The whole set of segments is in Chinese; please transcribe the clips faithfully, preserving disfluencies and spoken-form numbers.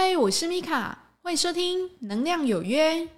嗨，我是米卡，欢迎收听能量有约。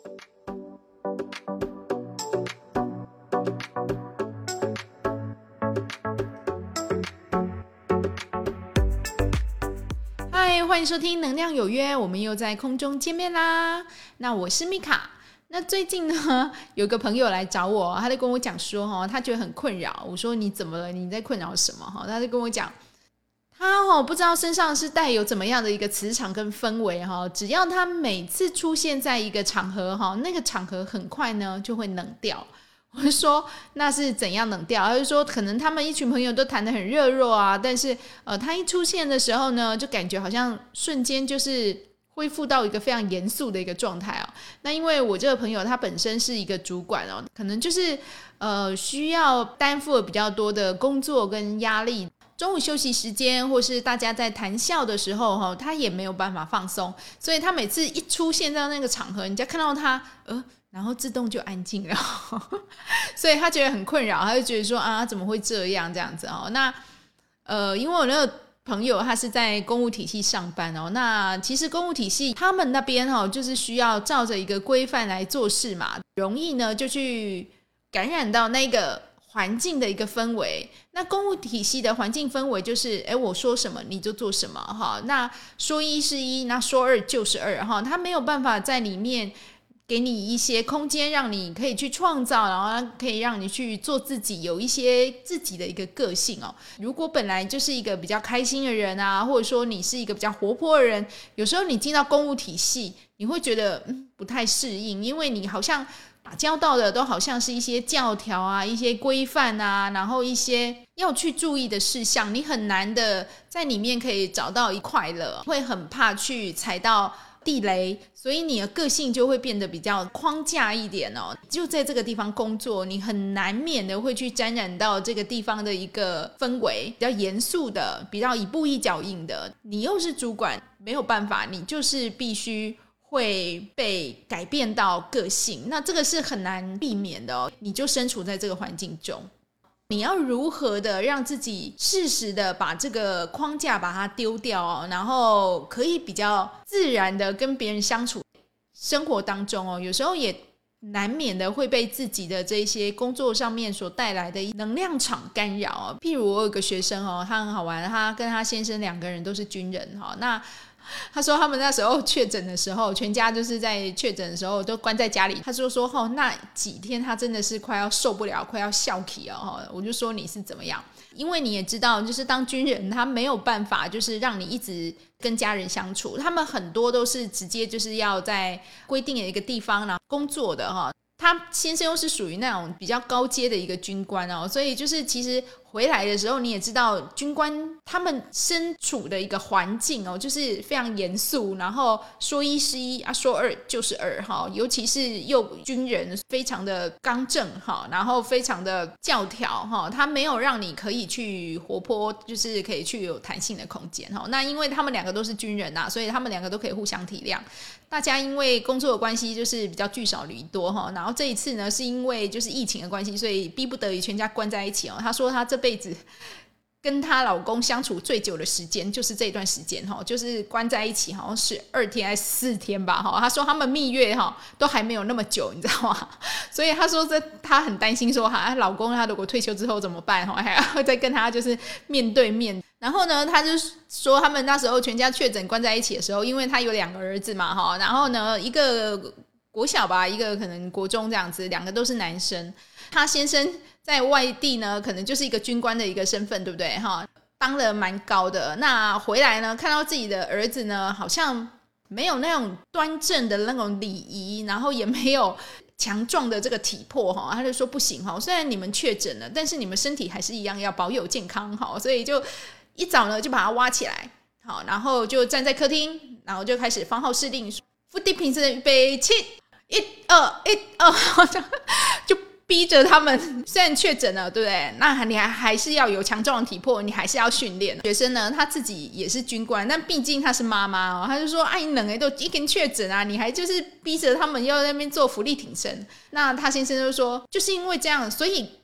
嗨，欢迎收听能量有约，我们又在空中见面啦。那我是米卡。那最近呢，有个朋友来找我，他就跟我讲说，他觉得很困扰。我说你怎么了？你在困扰什么？他就跟我讲，他不知道身上是带有怎么样的一个磁场跟氛围，只要他每次出现在一个场合，那个场合很快呢就会冷掉。我就说那是怎样冷掉？他就说可能他们一群朋友都谈得很热络啊，但是呃，他一出现的时候呢，就感觉好像瞬间就是恢复到一个非常严肃的一个状态哦。那因为我这个朋友他本身是一个主管哦，可能就是呃需要担负比较多的工作跟压力。中午休息时间或是大家在谈笑的时候，他也没有办法放松，所以他每次一出现在那个场合，人家看到他呃然后自动就安静了所以他觉得很困扰，他就觉得说啊怎么会这样这样子哦。那呃因为我那个朋友他是在公务体系上班哦，那其实公务体系他们那边哦就是需要照着一个规范来做事嘛，容易呢就去感染到那个环境的一个氛围。那公务体系的环境氛围就是诶我说什么你就做什么哈，那说一是一，那说二就是二哈，他没有办法在里面给你一些空间让你可以去创造，然后可以让你去做自己，有一些自己的一个个性哦。如果本来就是一个比较开心的人啊，或者说你是一个比较活泼的人，有时候你进到公务体系你会觉得、嗯、不太适应，因为你好像打交道的都好像是一些教条啊，一些规范啊，然后一些要去注意的事项，你很难的在里面可以找到一快乐，会很怕去踩到地雷，所以你的个性就会变得比较框架一点哦。就在这个地方工作，你很难免的会去沾染到这个地方的一个氛围，比较严肃的，比较一步一脚印的。你又是主管，没有办法，你就是必须会被改变到个性，那这个是很难避免的哦。你就身处在这个环境中，你要如何的让自己适时的把这个框架把它丢掉哦，然后可以比较自然的跟别人相处。生活当中哦，有时候也难免的会被自己的这些工作上面所带来的能量场干扰哦。譬如我有个学生哦，他很好玩，他跟他先生两个人都是军人哈、哦，那他说他们那时候确诊的时候，全家就是在确诊的时候都关在家里。他就说、哦、那几天他真的是快要受不了，快要笑起哦。我就说你是怎么样？因为你也知道，就是当军人他没有办法就是让你一直跟家人相处，他们很多都是直接就是要在规定的一个地方然后工作的哈。他先生又是属于那种比较高阶的一个军官哦，所以就是其实回来的时候你也知道军官他们身处的一个环境哦，就是非常严肃，然后说一是一啊，说二就是二哈，尤其是又军人非常的刚正哈，然后非常的教条哈，他没有让你可以去活泼，就是可以去有弹性的空间哈。那因为他们两个都是军人啊，所以他们两个都可以互相体谅。大家因为工作的关系就是比较聚少离多哈，然后这一次呢是因为就是疫情的关系，所以逼不得已全家关在一起哦。他说他这辈子跟她老公相处最久的时间就是这段时间，就是关在一起好像是二天还是四天吧。他说他们蜜月都还没有那么久，你知道吗？所以他说这他很担心说她老公他如果退休之后怎么办，还要再跟他就是面对面。然后呢他就说他们那时候全家确诊关在一起的时候，因为他有两个儿子嘛，然后呢一个国小吧，一个可能国中这样子，两个都是男生。他先生在外地呢可能就是一个军官的一个身份，对不对哈？当了蛮高的，那回来呢看到自己的儿子呢好像没有那种端正的那种礼仪，然后也没有强壮的这个体魄，他就说不行，虽然你们确诊了，但是你们身体还是一样要保有健康，所以就一早呢就把他挖起来，好，然后就站在客厅，然后就开始放号施令，伏地挺身预备起，一二一二，就逼着他们，虽然确诊了对不对，那你 还, 还是要有强壮的体魄，你还是要训练。学生呢他自己也是军官，但毕竟他是妈妈哦，他就说哎，你两个都已经确诊啊，你还就是逼着他们要在那边做伏地挺身。那他先生就说就是因为这样，所以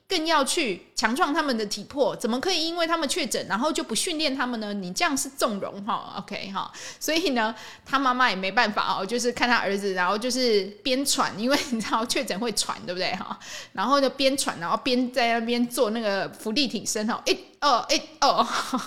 更要去强壮他们的体魄，怎么可以因为他们确诊然后就不训练他们呢？你这样是纵容哈 ，OK 哈，所以呢，他妈妈也没办法哦，就是看他儿子，然后就是边喘，因为你知道确诊会喘，对不对哈？然后就边喘，然后边在那边做那个伏地挺身哈，一哦一哦。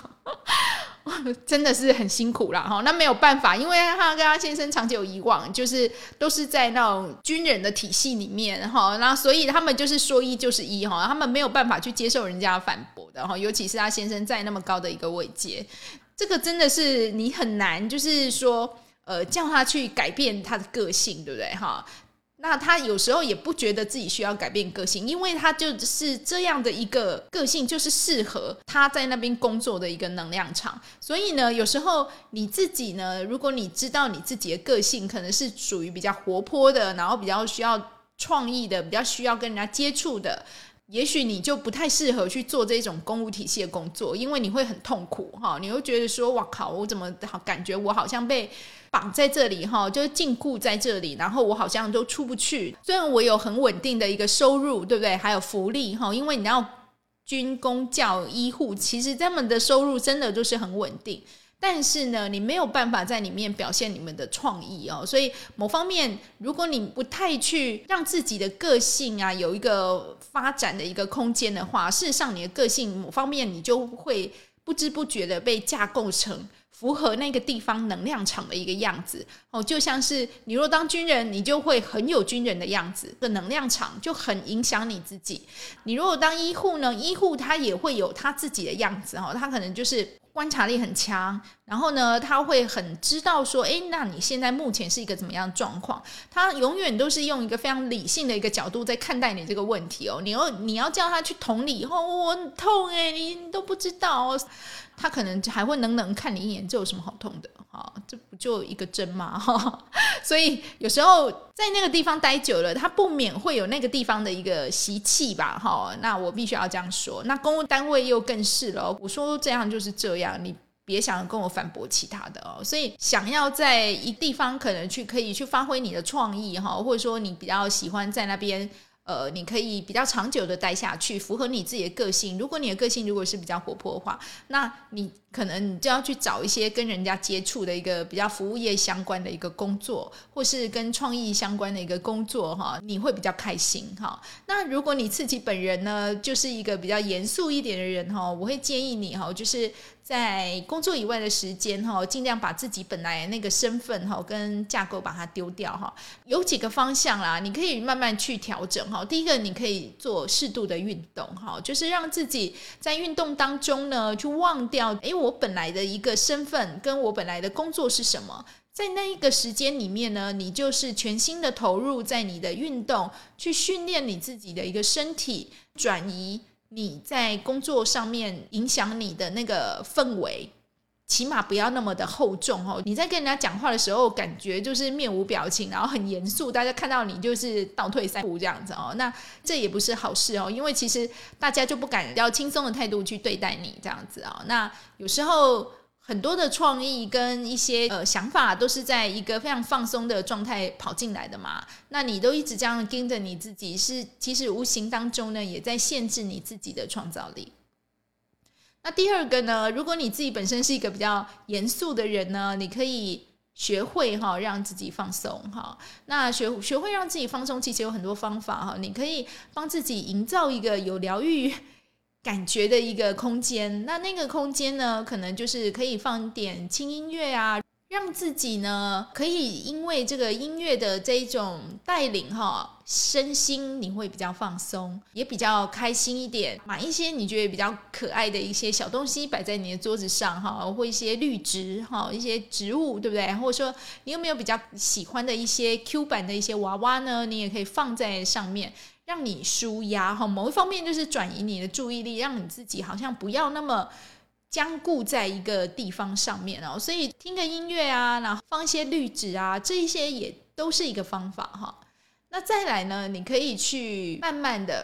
真的是很辛苦啦，那没有办法，因为他跟他先生长久以往就是都是在那种军人的体系里面，然后所以他们就是说一就是一，他们没有办法去接受人家反驳的，尤其是他先生在那么高的一个位阶，这个真的是你很难就是说呃叫他去改变他的个性，对不对哈？那他有时候也不觉得自己需要改变个性，因为他就是这样的一个个性，就是适合他在那边工作的一个能量场。所以呢，有时候你自己呢，如果你知道你自己的个性可能是属于比较活泼的，然后比较需要创意的，比较需要跟人家接触的，也许你就不太适合去做这种公务体系的工作，因为你会很痛苦，你会觉得说哇靠，我怎么感觉我好像被绑在这里，就是禁锢在这里，然后我好像都出不去。虽然我有很稳定的一个收入，对不对？还有福利，因为你要军公教医护，其实他们的收入真的就是很稳定，但是呢你没有办法在里面表现你们的创意哦。所以某方面如果你不太去让自己的个性啊有一个发展的一个空间的话，事实上你的个性某方面你就会不知不觉的被架构成符合那个地方能量场的一个样子哦，就像是你若当军人，你就会很有军人的样子，这个能量场就很影响你自己。你如果当医护呢，医护他也会有他自己的样子哦，他可能就是观察力很强，然后呢他会很知道说诶那你现在目前是一个怎么样的状况，他永远都是用一个非常理性的一个角度在看待你这个问题哦。你要你要叫他去同理哦，我很痛诶，你你都不知道哦，他可能还会冷冷看你一眼，这有什么好痛的、哦、这不就一个针吗、哦、所以有时候在那个地方待久了，他不免会有那个地方的一个习气吧、哦、那我必须要这样说。那公务单位又更是了，我说这样就是这样，你别想跟我反驳其他的哦。所以想要在一地方可能去可以去发挥你的创意、哦、或者说你比较喜欢在那边呃，你可以比较长久的待下去，符合你自己的个性。如果你的个性如果是比较活泼的话，那你可能你就要去找一些跟人家接触的一个比较服务业相关的一个工作，或是跟创意相关的一个工作哈，你会比较开心哈。那如果你自己本人呢，就是一个比较严肃一点的人哈，我会建议你哈，就是在工作以外的时间哈，尽量把自己本来那个身份哈跟架构把它丢掉哈。有几个方向啦，你可以慢慢去调整哈。第一个，你可以做适度的运动哈，就是让自己在运动当中呢，去忘掉诶我本来的一个身份跟我本来的工作是什么。在那一个时间里面呢，你就是全心的投入在你的运动，去训练你自己的一个身体，转移你在工作上面影响你的那个氛围，起码不要那么的厚重哦。你在跟人家讲话的时候，感觉就是面无表情，然后很严肃，大家看到你就是倒退三步这样子哦。那这也不是好事哦，因为其实大家就不敢要轻松的态度去对待你这样子哦。那有时候很多的创意跟一些呃想法都是在一个非常放松的状态跑进来的嘛，那你都一直这样盯着你自己，是其实无形当中呢也在限制你自己的创造力。那第二个呢，如果你自己本身是一个比较严肃的人呢，你可以学会哈让自己放松哈。那学学会让自己放松，其实有很多方法哈，你可以帮自己营造一个有疗愈感觉的一个空间。那那个空间呢，可能就是可以放点轻音乐啊，让自己呢可以因为这个音乐的这一种带领哈，身心你会比较放松，也比较开心一点。买一些你觉得比较可爱的一些小东西摆在你的桌子上哈，或一些绿植哈，一些植物，对不对？或者说你有没有比较喜欢的一些 Q 版的一些娃娃呢？你也可以放在上面，让你舒压哈。某一方面就是转移你的注意力，让你自己好像不要那么僵固在一个地方上面哦。所以听个音乐啊，然后放一些绿植啊，这一些也都是一个方法哈。那再来呢，你可以去慢慢的去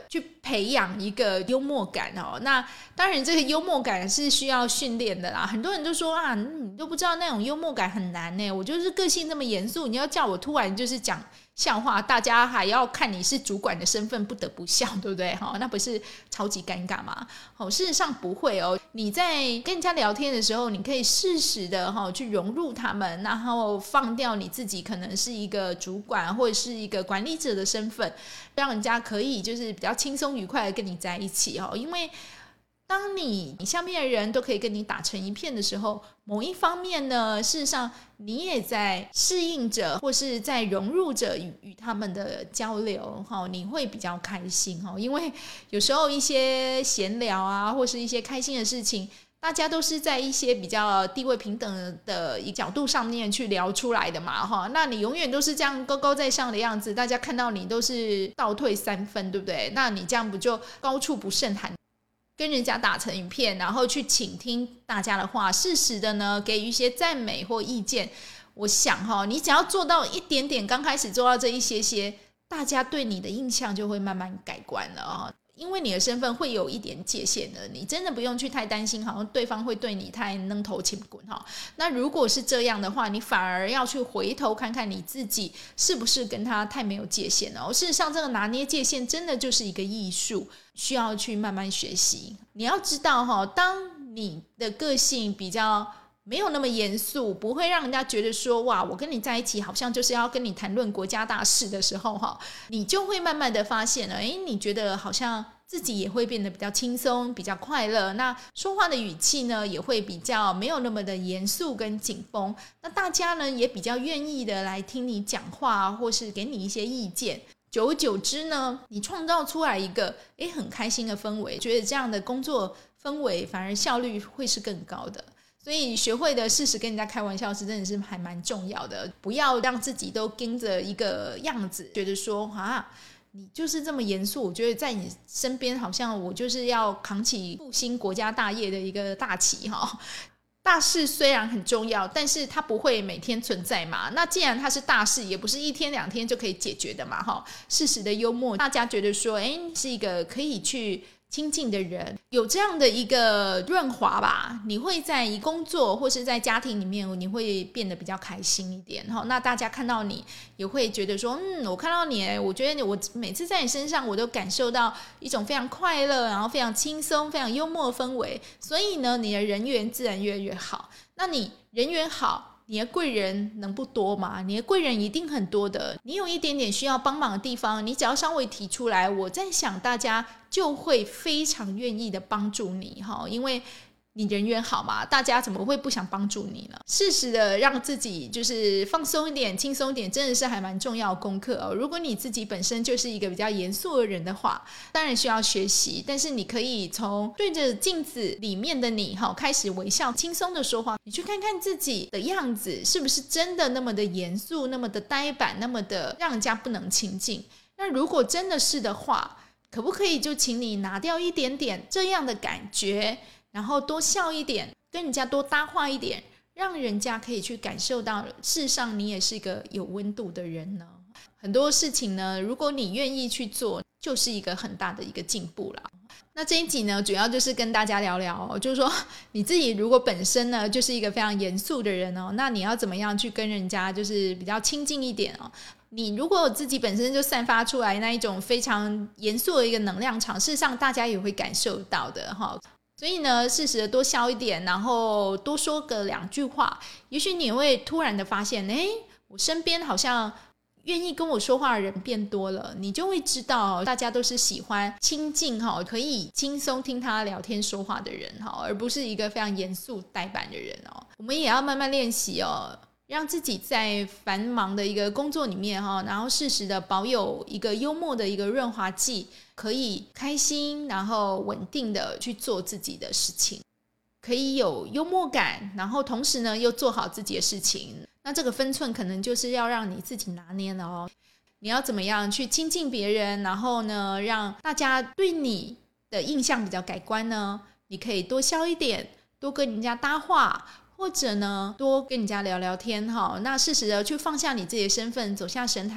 培养一个幽默感哦。那当然这个幽默感是需要训练的啦，很多人都说啊，你都不知道那种幽默感很难呢，我就是个性这么严肃，你要叫我突然就是讲笑话，大家还要看你是主管的身份不得不笑，对不对？哦，那不是超级尴尬吗？哦，事实上不会哦，你在跟人家聊天的时候，你可以适时的哈、哦、去融入他们，然后放掉你自己可能是一个主管或者是一个管理者的身份，让人家可以就是比较轻松愉快的跟你在一起哦。因为当你你下面的人都可以跟你打成一片的时候，某一方面呢，事实上你也在适应着或是在融入着 与, 与他们的交流、哦、你会比较开心、哦、因为有时候一些闲聊啊或是一些开心的事情，大家都是在一些比较地位平等的一角度上面去聊出来的嘛、哦、那你永远都是这样高高在上的样子，大家看到你都是倒退三分，对不对？那你这样不就高处不胜寒，跟人家打成一片，然后去倾听大家的话，适时的呢给予一些赞美或意见。我想、哦、你只要做到一点点，刚开始做到这一些些，大家对你的印象就会慢慢改观了、哦、因为你的身份会有一点界限的，你真的不用去太担心好像对方会对你太扔头轻滚、哦、那如果是这样的话，你反而要去回头看看你自己是不是跟他太没有界限了、哦、事实上这个拿捏界限真的就是一个艺术，需要去慢慢学习。你要知道、哦、当你的个性比较没有那么严肃，不会让人家觉得说哇我跟你在一起好像就是要跟你谈论国家大事的时候，你就会慢慢的发现了，诶，你觉得好像自己也会变得比较轻松比较快乐，那说话的语气呢也会比较没有那么的严肃跟紧绷，那大家呢也比较愿意的来听你讲话或是给你一些意见，久而久之呢你创造出来一个诶很开心的氛围，觉得这样的工作氛围反而效率会是更高的。所以学会的适时跟人家开玩笑是真的是还蛮重要的，不要让自己都盯着一个样子，觉得说啊你就是这么严肃，我觉得在你身边好像我就是要扛起复兴国家大业的一个大旗哈。大事虽然很重要，但是它不会每天存在嘛，那既然它是大事，也不是一天两天就可以解决的嘛哈。适时的幽默，大家觉得说哎，是一个可以去亲近的人，有这样的一个润滑吧，你会在工作或是在家庭里面你会变得比较开心一点，那大家看到你也会觉得说嗯，我看到你，我觉得我每次在你身上我都感受到一种非常快乐然后非常轻松非常幽默的氛围，所以呢你的人缘自然越来越好。那你人缘好，你的贵人能不多吗？你的贵人一定很多的，你有一点点需要帮忙的地方，你只要稍微提出来，我在想大家就会非常愿意的帮助你，因为你人缘好嘛，大家怎么会不想帮助你呢？适时的让自己就是放松一点轻松一点，真的是还蛮重要的功课哦。如果你自己本身就是一个比较严肃的人的话，当然需要学习，但是你可以从对着镜子里面的你开始微笑轻松的说话，你去看看自己的样子是不是真的那么的严肃那么的呆板那么的让人家不能亲近。那如果真的是的话，可不可以就请你拿掉一点点这样的感觉，然后多笑一点，跟人家多搭话一点，让人家可以去感受到事实上你也是一个有温度的人呢。很多事情呢如果你愿意去做，就是一个很大的一个进步啦。那这一集呢主要就是跟大家聊聊、哦、就是说你自己如果本身呢就是一个非常严肃的人哦，那你要怎么样去跟人家就是比较亲近一点哦。你如果自己本身就散发出来那一种非常严肃的一个能量场，事实上大家也会感受到的哈、哦。所以呢适时的多笑一点，然后多说个两句话，也许你会突然的发现哎，我身边好像愿意跟我说话的人变多了，你就会知道大家都是喜欢亲近可以轻松听他聊天说话的人，而不是一个非常严肃呆板的人。我们也要慢慢练习哦，让自己在繁忙的一个工作里面，然后适时的保有一个幽默的一个润滑剂，可以开心然后稳定的去做自己的事情，可以有幽默感，然后同时呢又做好自己的事情。那这个分寸可能就是要让你自己拿捏了哦。你要怎么样去亲近别人，然后呢让大家对你的印象比较改观呢？你可以多笑一点，多跟人家搭话，或者呢多跟人家聊聊天哈。那适时的去放下你自己的身份，走下神坛，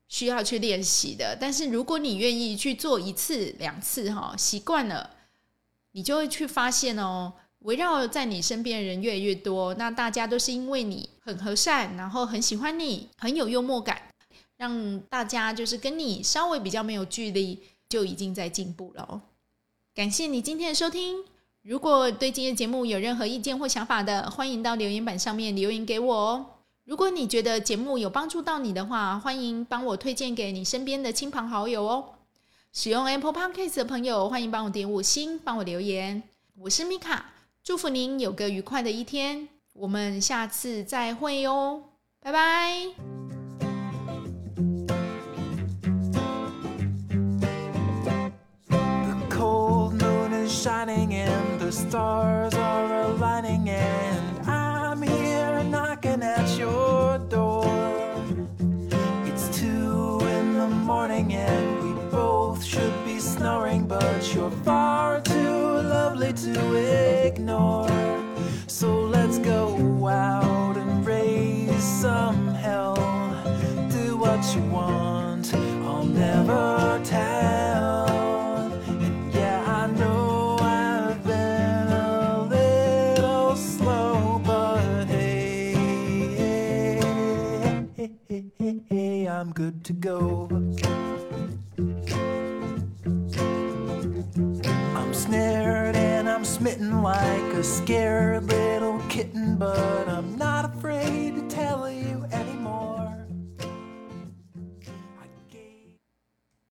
需要去练习的。但是如果你愿意去做一次两次习惯了，你就会去发现哦，围绕在你身边的人越来越多，那大家都是因为你很和善，然后很喜欢你，很有幽默感，让大家就是跟你稍微比较没有距离，就已经在进步了哦。感谢你今天的收听，如果对今天的节目有任何意见或想法的，欢迎到留言板上面留言给我哦。如果你觉得节目有帮助到你的话，欢迎帮我推荐给你身边的亲朋好友哦。使用 Apple Podcast 的朋友，欢迎帮我点五星，帮我留言。我是米卡，祝福您有个愉快的一天，我们下次再会哦，拜拜。 Shining and the stars are aligning, and I'm here knocking at your door. It's two in the morning and we both should be snoring, but you're far too lovely to ignore. So let's go out and raise some hell. Do what you want, I'll never tell. And yeah, I know I'm good to go. I'm snared and I'm smitten like a scared little kitten, but I'm not afraid